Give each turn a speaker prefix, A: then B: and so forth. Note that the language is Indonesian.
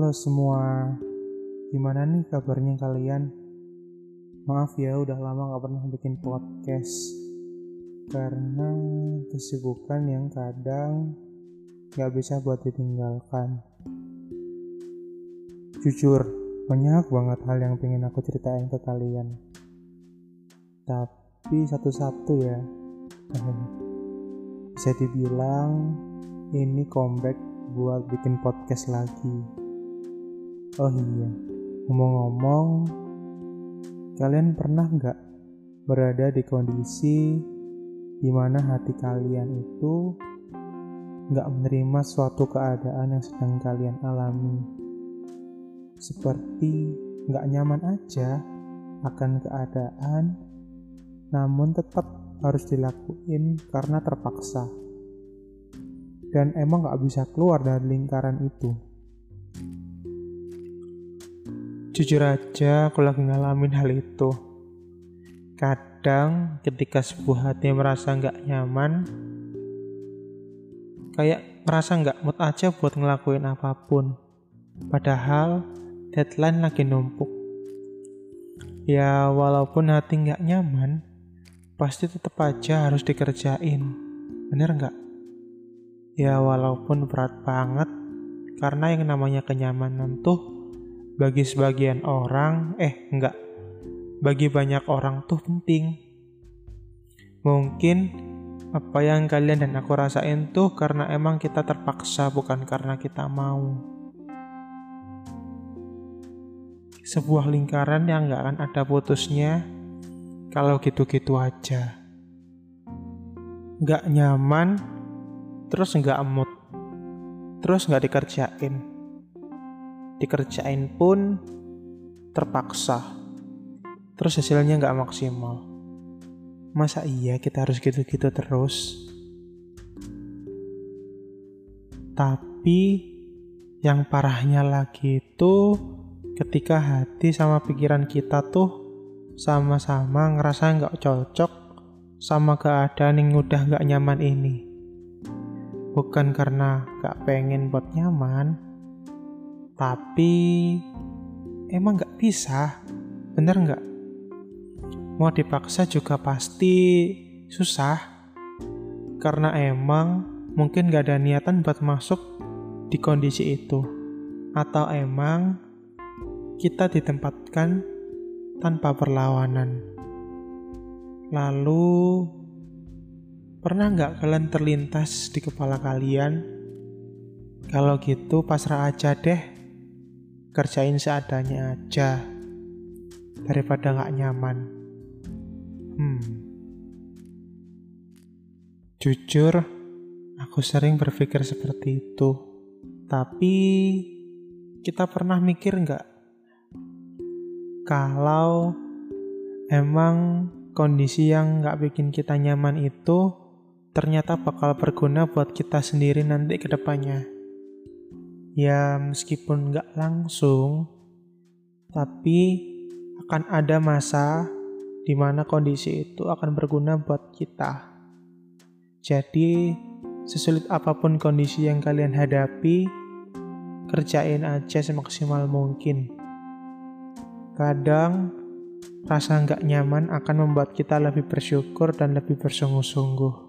A: Halo semua, gimana nih kabarnya kalian? Maaf ya, udah lama gak pernah bikin podcast karena kesibukan yang kadang gak bisa buat ditinggalkan. Jujur, banyak banget hal yang pengen aku ceritain ke kalian. Tapi satu-satu ya, bisa dibilang ini comeback buat bikin podcast lagi. Oh iya, ngomong-ngomong, kalian pernah nggak berada di kondisi dimana hati kalian itu nggak menerima suatu keadaan yang sedang kalian alami? Seperti nggak nyaman aja akan keadaan, namun tetap harus dilakuin karena terpaksa. Dan emang nggak bisa keluar dari lingkaran itu. Jujur aja, aku lagi ngalamin hal itu. Kadang ketika sebuah hati merasa nggak nyaman, kayak merasa nggak mood aja buat ngelakuin apapun. Padahal deadline lagi numpuk. Ya walaupun hati nggak nyaman, pasti tetap aja harus dikerjain. Bener nggak? Ya walaupun berat banget, karena yang namanya kenyamanan tuh bagi sebagian orang, bagi banyak orang tuh penting. Mungkin apa yang kalian dan aku rasain tuh karena emang kita terpaksa, bukan karena kita mau. Sebuah lingkaran yang gak akan ada putusnya kalau gitu-gitu aja. Gak nyaman, terus gak mood, terus gak dikerjain pun terpaksa, terus hasilnya gak maksimal. Masa iya kita harus gitu-gitu terus? Tapi yang parahnya lagi itu ketika hati sama pikiran kita tuh sama-sama ngerasa gak cocok sama keadaan yang udah gak nyaman ini. Bukan karena gak pengen buat nyaman, tapi emang gak bisa, bener gak? Mau dipaksa juga pasti susah, karena emang mungkin gak ada niatan buat masuk di kondisi itu. Atau emang kita ditempatkan tanpa perlawanan. Lalu, pernah gak kalian terlintas di kepala kalian, kalau gitu pasrah aja deh, kerjain seadanya aja daripada gak nyaman. Jujur, aku sering berpikir seperti itu. Tapi kita pernah mikir gak kalau emang kondisi yang gak bikin kita nyaman itu ternyata bakal berguna buat kita sendiri nanti ke depannya. Ya meskipun gak langsung, tapi akan ada masa di mana kondisi itu akan berguna buat kita. Jadi sesulit apapun kondisi yang kalian hadapi, kerjain aja semaksimal mungkin. Kadang rasa gak nyaman akan membuat kita lebih bersyukur dan lebih bersungguh-sungguh.